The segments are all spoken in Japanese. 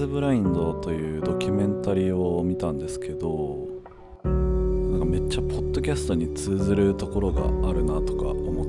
ズブラインドというドキュメンタリーを見たんですけど、なんかめっちゃポッドキャストに通ずるところがあるなとか思って、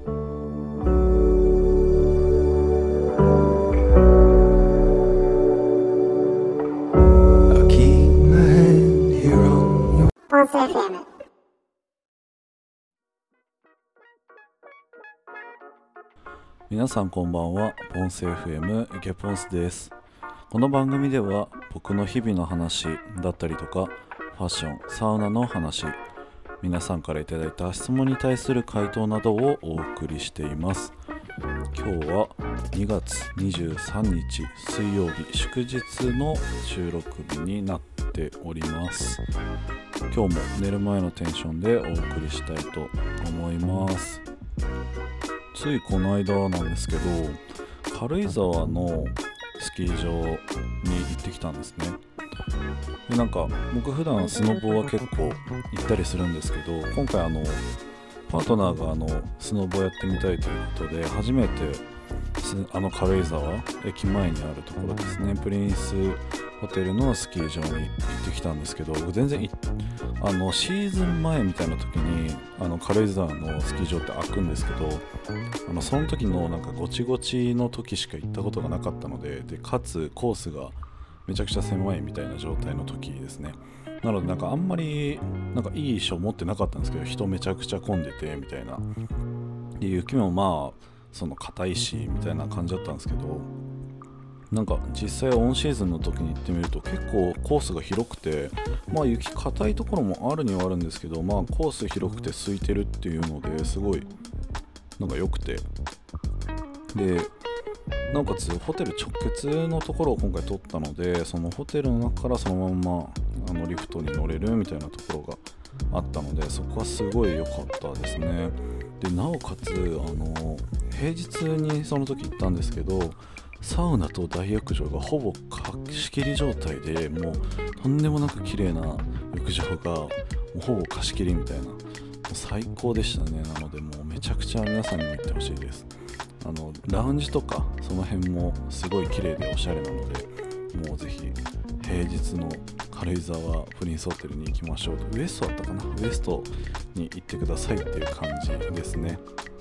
皆さんこんばんは。ポンセ FM イケポンスです。この番組では僕の日々の話だったりとか、ファッション、サウナの話、皆さんからいただいた質問に対する回答などをお送りしています。今日は2月23日水曜日、祝日の収録日になっております。今日も寝る前のテンションでお送りしたいと思います。ついこの間なんですけど、軽井沢のスキー場に行ってきたんですね。でなんか僕普段スノボは結構行ったりするんですけど、今回パートナーがスノボやってみたいということで、初めて軽井沢駅前にあるところですね、プリンスホテルのスキー場に行ってきたんですけど、全然シーズン前みたいな時に軽井沢のスキー場って開くんですけど、その時のなんかごちごちの時しか行ったことがなかったので、かつコースがめちゃくちゃ狭いみたいな状態の時ですね。なのでなんかあんまりなんかいい衣装持ってなかったんですけど、人めちゃくちゃ混んでてみたいな、で雪もまあその硬いしみたいな感じだったんですけど、なんか実際オンシーズンの時に行ってみると結構コースが広くて、まあ雪硬いところもあるにはあるんですけど、まあコース広くて空いてるっていうのですごいなんか良くて、でなおかつホテル直結のところを今回取ったので、そのホテルの中からそのままリフトに乗れるみたいなところがあったので、そこはすごい良かったですね。でなおかつ平日にその時行ったんですけど、サウナと大浴場がほぼ貸し切り状態で、もうとんでもなく綺麗な浴場がもうほぼ貸し切りみたいな、もう最高でしたね。なのでもうめちゃくちゃ皆さんにも行ってほしいです。ラウンジとかその辺もすごい綺麗でおしゃれなので、もうぜひ平日の軽井沢プリンスホテルに行きましょうと。ウエストだったかな、ウエストに行ってくださいっていう感じですね。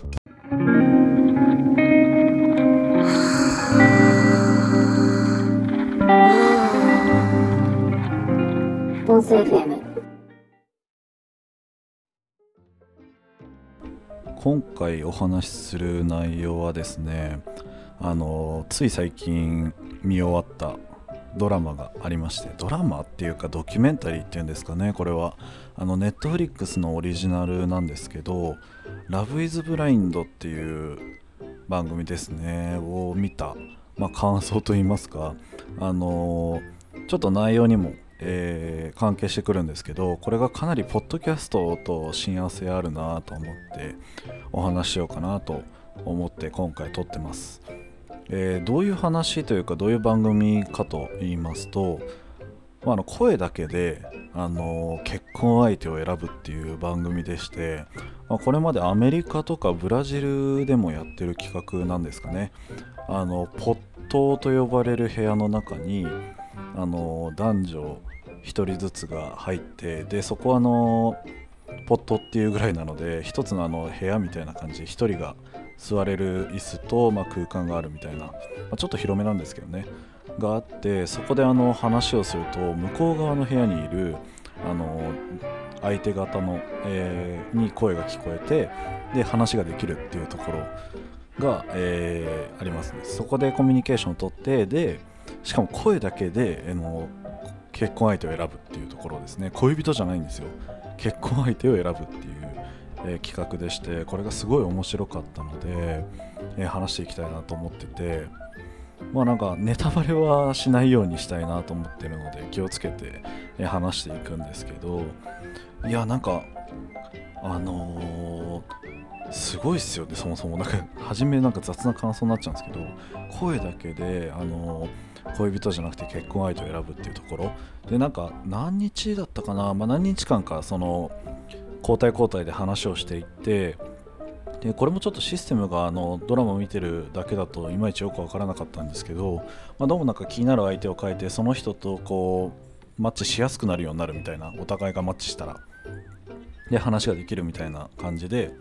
ポンス FM。 今回お話しする内容はですね、つい最近見終わったドラマがありまして、ドラマっていうかドキュメンタリーっていうんですかね、これはネットフリックスのオリジナルなんですけど、ラブイズブラインドっていう番組ですねを見た、感想といいますか、ちょっと内容にも関係してくるんですけど、これがかなりポッドキャストと親和性あるなと思ってお話ししようかなと思って今回撮ってます。どういう話というかどういう番組かと言いますと、声だけで結婚相手を選ぶっていう番組でして、これまでアメリカとかブラジルでもやってる企画なんですかね。ポットと呼ばれる部屋の中に男女一人ずつが入って、でそこはポットっていうぐらいなので、一つの部屋みたいな感じ、一人が座れる椅子と、空間があるみたいな、ちょっと広めなんですけどねがあって、そこで話をすると向こう側の部屋にいる相手方の、に声が聞こえて、で話ができるっていうところが、ありますね。そこでコミュニケーションを取って、でしかも声だけで結婚相手を選ぶっていうところですね。恋人じゃないんですよ、結婚相手を選ぶっていう、企画でして、これがすごい面白かったので、話していきたいなと思ってて、なんかネタバレはしないようにしたいなと思ってるので気をつけて、話していくんですけど、いやなんかすごいっすよね。そもそもなんか初めなんか雑な感想になっちゃうんですけど、声だけで恋人じゃなくて結婚相手を選ぶっていうところで、なんか何日だったかな、何日間かその交代交代で話をしていって、 でこれもちょっとシステムがドラマを見てるだけだといまいちよくわからなかったんですけど、どうもなんか気になる相手を変えてその人とこうマッチしやすくなるようになるみたいな、お互いがマッチしたらで話ができるみたいな感じで、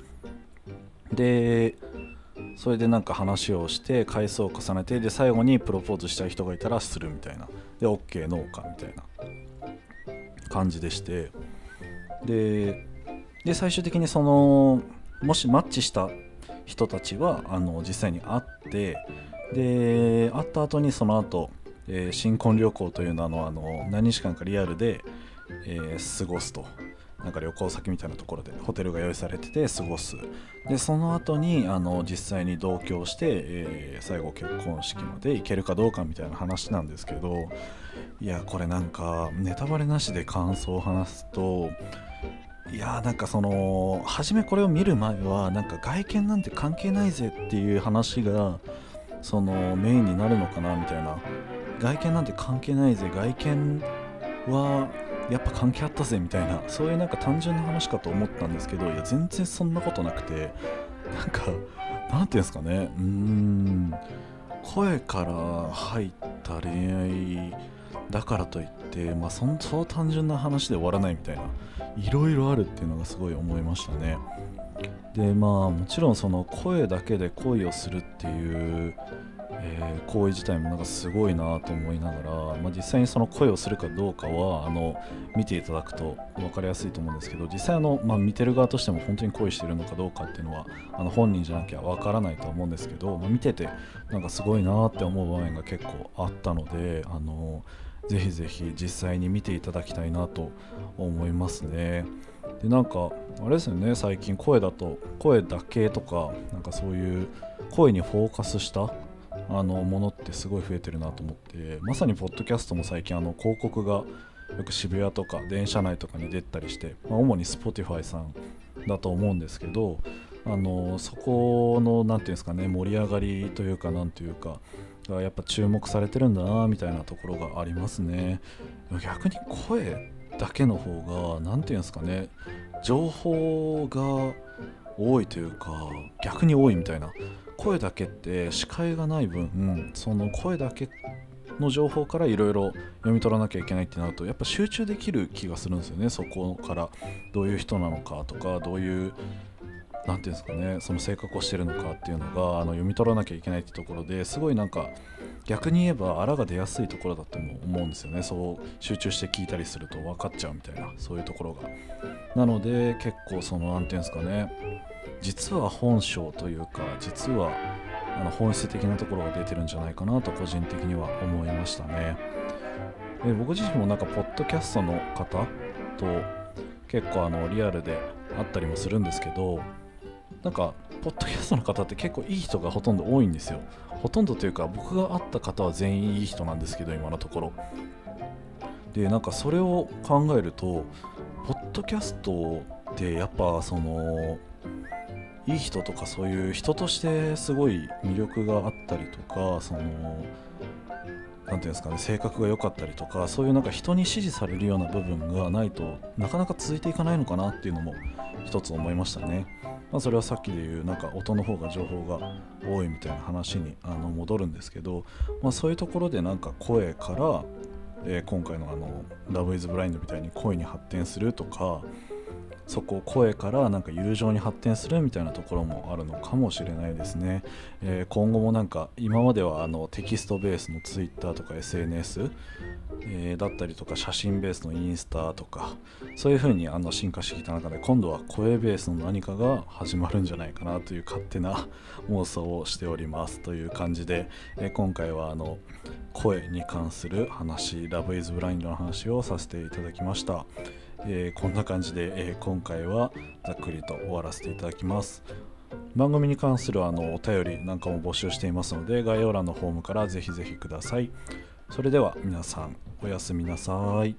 それでなんか話をして回数を重ねて、で最後にプロポーズしたい人がいたらするみたいな、で OK ノーかみたいな感じでして、で最終的にそのもしマッチした人たちは実際に会って、で会った後にその後、新婚旅行というのを何日間かリアルで、過ごすと、なんか旅行先みたいなところでホテルが用意されてて過ごす。でその後に実際に同居して、最後結婚式まで行けるかどうかみたいな話なんですけど、いやこれなんかネタバレなしで感想を話すと、いやなんかその初めこれを見る前はなんか外見なんて関係ないぜっていう話がそのメインになるのかなみたいな、外見なんて関係ないぜ、外見はやっぱ関係あったぜみたいな、そういうなんか単純な話かと思ったんですけど、いや全然そんなことなくて、なんかなんていうんですかね、声から入った恋愛だからといって、そう単純な話で終わらないみたいな、いろいろあるっていうのがすごい思いましたね。でもちろんその声だけで恋をするっていう、行為自体もなんかすごいなと思いながら、実際にその恋をするかどうかは見ていただくと分かりやすいと思うんですけど、実際見てる側としても本当に恋してるのかどうかっていうのは本人じゃなきゃ分からないと思うんですけど、見ててなんかすごいなって思う場面が結構あったので、ぜひぜひ実際に見ていただきたいなと思いますね。でなんかあれですよね、最近声だけとかなんかそういう声にフォーカスしたものってすごい増えてるなと思って、まさにポッドキャストも最近広告がよく渋谷とか電車内とかに出たりして、主に Spotify さんだと思うんですけど、そこのなんていうんですかね、盛り上がりというかなんというかがやっぱ注目されてるんだなみたいなところがありますね。逆に声だけの方がなんていうんですかね、情報が多いというか逆に多いみたいな、声だけって視界がない分、その声だけの情報からいろいろ読み取らなきゃいけないってなるとやっぱ集中できる気がするんですよね。そこからどういう人なのかとか、どういうなんていうんですかね、その性格をしてるのかっていうのが読み取らなきゃいけないってところですごいなんか逆に言えばあらが出やすいところだとも思うんですよね。そう集中して聞いたりすると分かっちゃうみたいな、そういうところが。なので結構そのなんていうんですかね、実は本性というか実は本質的なところが出てるんじゃないかなと個人的には思いましたね。で僕自身もなんかポッドキャストの方と結構リアルで会ったりもするんですけど、なんかポッドキャストの方って結構いい人がほとんど多いんですよ。ほとんどというか僕が会った方は全員いい人なんですけど今のところで、なんかそれを考えるとポッドキャストってやっぱそのいい人とかそういう人としてすごい魅力があったりとか、そのなんていうんですかね、性格が良かったりとか、そういうなんか人に支持されるような部分がないとなかなか続いていかないのかなっていうのも一つ思いましたね。それはさっきで言うなんか音の方が情報が多いみたいな話に戻るんですけど、そういうところでなんか声から、今回のLove is Blind みたいに声に発展するとか、そこを声からなんか友情に発展するみたいなところもあるのかもしれないですね。今後もなんか今まではテキストベースの Twitter とか SNS、だったりとか写真ベースのインスタとかそういう風に進化してきた中で、今度は声ベースの何かが始まるんじゃないかなという勝手な妄想をしておりますという感じで、今回は声に関する話、Love is Blind の話をさせていただきました。こんな感じで、今回はざっくりと終わらせていただきます。番組に関するお便りなんかも募集していますので、概要欄のフォームからぜひぜひください。それでは皆さんおやすみなさい。